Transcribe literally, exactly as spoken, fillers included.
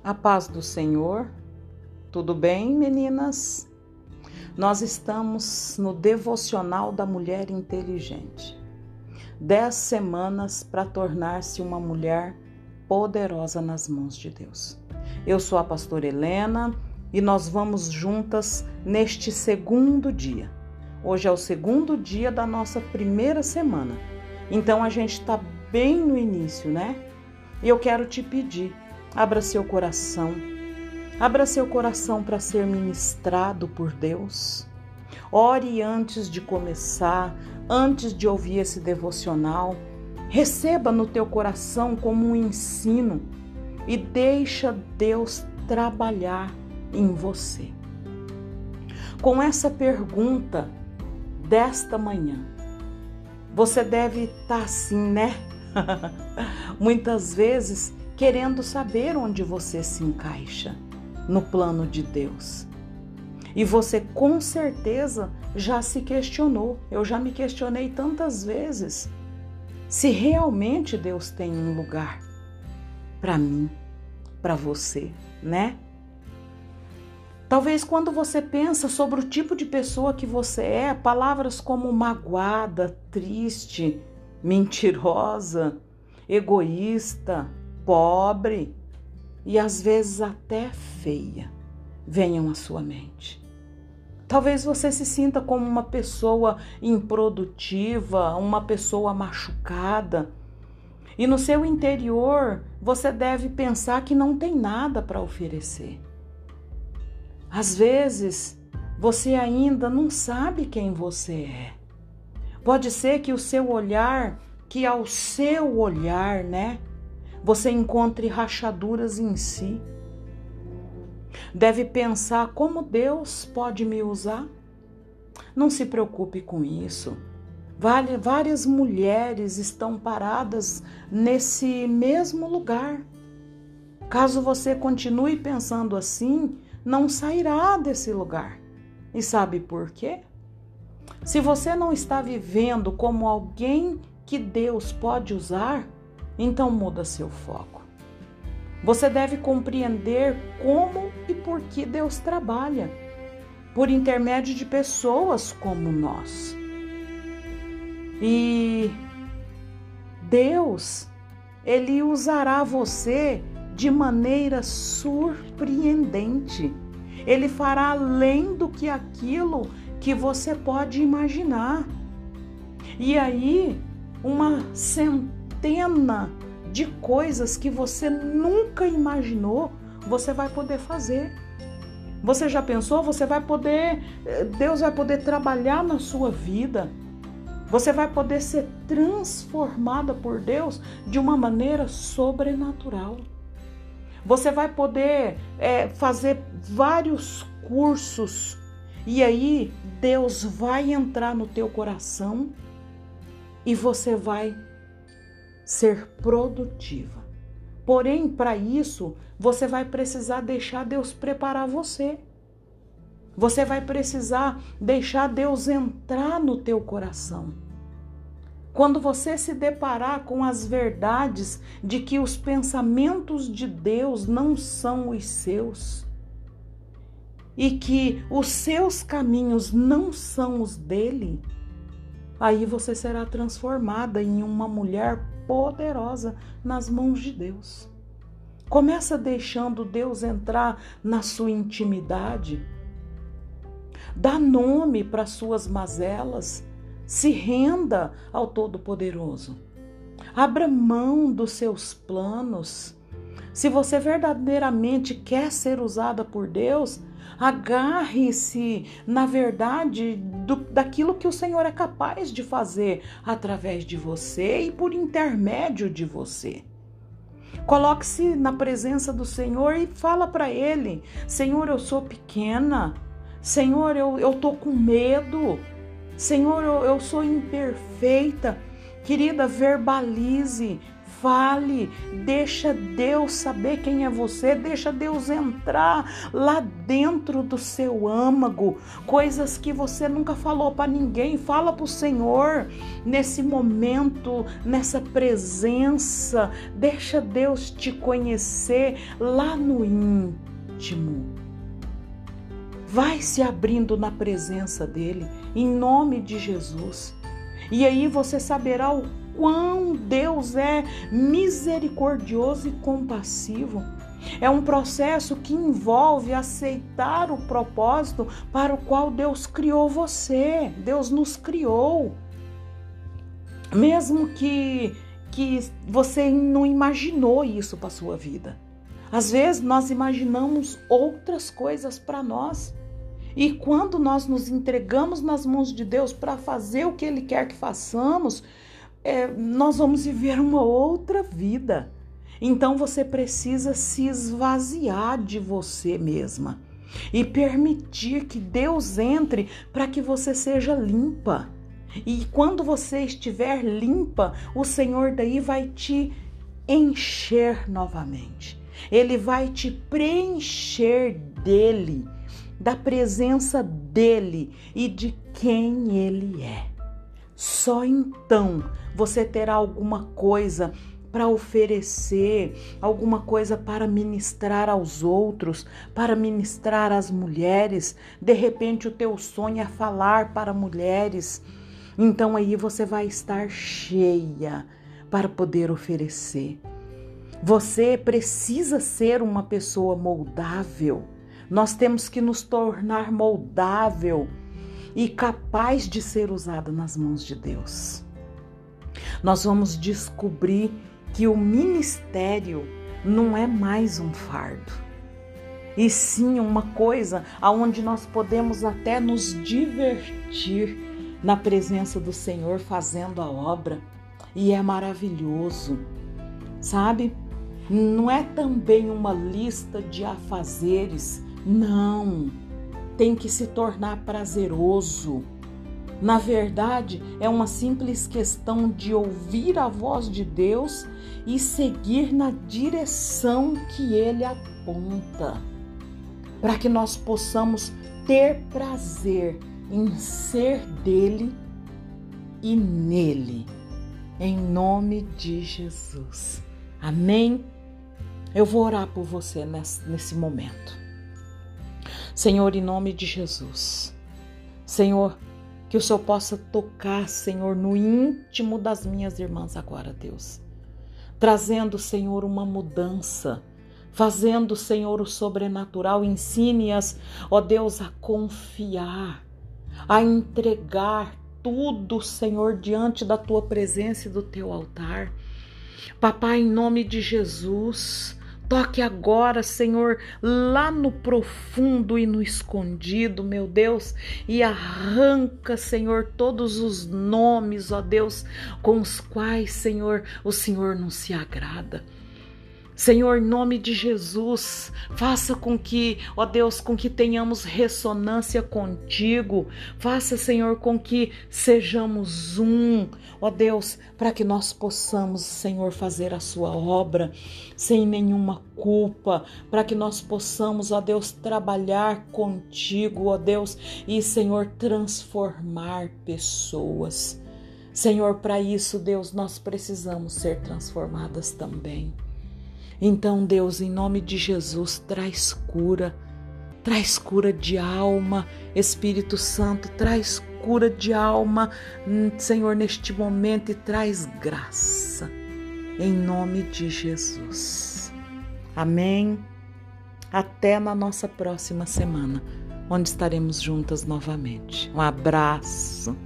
A paz do Senhor. Tudo bem, meninas? Nós estamos no Devocional da Mulher Inteligente. Dez semanas para tornar-se uma mulher poderosa nas mãos de Deus. Eu sou a pastora Helena e nós vamos juntas neste segundo dia. Hoje é o segundo dia da nossa primeira semana. Então a gente está bem no início, né? E eu quero te pedir, abra seu coração. Abra seu coração para ser ministrado por Deus. Ore antes de começar, antes de ouvir esse devocional. Receba no teu coração como um ensino e deixa Deus trabalhar em você. Com essa pergunta desta manhã, você deve estar assim, né? Muitas vezes querendo saber onde você se encaixa no plano de Deus. E você com certeza já se questionou, eu já me questionei tantas vezes, se realmente Deus tem um lugar para mim, para você, né? Talvez quando você pensa sobre o tipo de pessoa que você é, palavras como magoada, triste, mentirosa, egoísta, pobre e às vezes até feia venham à sua mente. Talvez você se sinta como uma pessoa improdutiva, uma pessoa machucada. E no seu interior você deve pensar que não tem nada para oferecer. Às vezes você ainda não sabe quem você é. Pode ser que o seu olhar, que ao seu olhar, né, você encontre rachaduras em si. Deve pensar como Deus pode me usar. Não se preocupe com isso. Várias mulheres estão paradas nesse mesmo lugar. Caso você continue pensando assim, não sairá desse lugar. E sabe por quê? Se você não está vivendo como alguém que Deus pode usar, então muda seu foco. Você deve compreender como e por que Deus trabalha, por intermédio de pessoas como nós. E Deus, Ele usará você de maneira surpreendente. Ele fará além do que aquilo que você pode imaginar. E aí, uma centena de coisas que você nunca imaginou, você vai poder fazer. Você já pensou? Você vai poder, Deus vai poder trabalhar na sua vida. Você vai poder ser transformada por Deus de uma maneira sobrenatural. Você vai poder é, fazer vários cursos e aí Deus vai entrar no teu coração e você vai ser produtiva. Porém, para isso, você vai precisar deixar Deus preparar você. Você vai precisar deixar Deus entrar no teu coração. Quando você se deparar com as verdades de que os pensamentos de Deus não são os seus e que os seus caminhos não são os dele, aí você será transformada em uma mulher poderosa nas mãos de Deus. Começa deixando Deus entrar na sua intimidade. Dá nome para suas mazelas. Se renda ao Todo-Poderoso. Abra mão dos seus planos. Se você verdadeiramente quer ser usada por Deus, agarre-se, na verdade, do, daquilo que o Senhor é capaz de fazer através de você e por intermédio de você. Coloque-se na presença do Senhor e fala para Ele: Senhor, eu sou pequena. Senhor, eu eu tô com medo. Senhor, eu, eu sou imperfeita. Querida, verbalize, Fale, deixa Deus saber quem é você, deixa Deus entrar lá dentro do seu âmago, coisas que você nunca falou para ninguém, fala para o Senhor nesse momento, nessa presença, deixa Deus te conhecer lá no íntimo. Vai se abrindo na presença dele, em nome de Jesus, e aí você saberá o quão Deus é misericordioso e compassivo. É um processo que envolve aceitar o propósito para o qual Deus criou você. Deus nos criou. Mesmo que, que você não imaginou isso para a sua vida. Às vezes nós imaginamos outras coisas para nós. E quando nós nos entregamos nas mãos de Deus para fazer o que Ele quer que façamos, É, nós vamos viver uma outra vida. Então você precisa se esvaziar de você mesma e permitir que Deus entre para que você seja limpa. E quando você estiver limpa, o Senhor daí vai te encher novamente. Ele vai te preencher dele, da presença dele e de quem ele é. Só então você terá alguma coisa para oferecer, alguma coisa para ministrar aos outros, para ministrar às mulheres. De repente o teu sonho é falar para mulheres. Então aí você vai estar cheia para poder oferecer. Você precisa ser uma pessoa moldável. Nós temos que nos tornar moldável e capaz de ser usada nas mãos de Deus. Nós vamos descobrir que o ministério não é mais um fardo, e sim uma coisa aonde nós podemos até nos divertir na presença do Senhor fazendo a obra, e é maravilhoso, sabe? Não é também uma lista de afazeres, não. Tem que se tornar prazeroso. Na verdade, é uma simples questão de ouvir a voz de Deus e seguir na direção que Ele aponta, para que nós possamos ter prazer em ser dele e nele, em nome de Jesus. Amém? Eu vou orar por você nesse, nesse momento. Senhor, em nome de Jesus, Senhor, que o Senhor possa tocar, Senhor, no íntimo das minhas irmãs agora, Deus, trazendo, Senhor, uma mudança, fazendo, Senhor, o sobrenatural, ensine-as, ó Deus, a confiar, a entregar tudo, Senhor, diante da Tua presença e do Teu altar. Papai, em nome de Jesus, toque agora, Senhor, lá no profundo e no escondido, meu Deus, e arranca, Senhor, todos os nomes, ó Deus, com os quais, Senhor, o Senhor não se agrada. Senhor, em nome de Jesus, faça com que, ó Deus, com que tenhamos ressonância contigo. Faça, Senhor, com que sejamos um, ó Deus, para que nós possamos, Senhor, fazer a sua obra sem nenhuma culpa, para que nós possamos, ó Deus, trabalhar contigo, ó Deus, e, Senhor, transformar pessoas. Senhor, para isso, Deus, nós precisamos ser transformadas também. Então, Deus, em nome de Jesus, traz cura, traz cura de alma, Espírito Santo, traz cura de alma, Senhor, neste momento, e traz graça, em nome de Jesus. Amém? Até na nossa próxima semana, onde estaremos juntas novamente. Um abraço.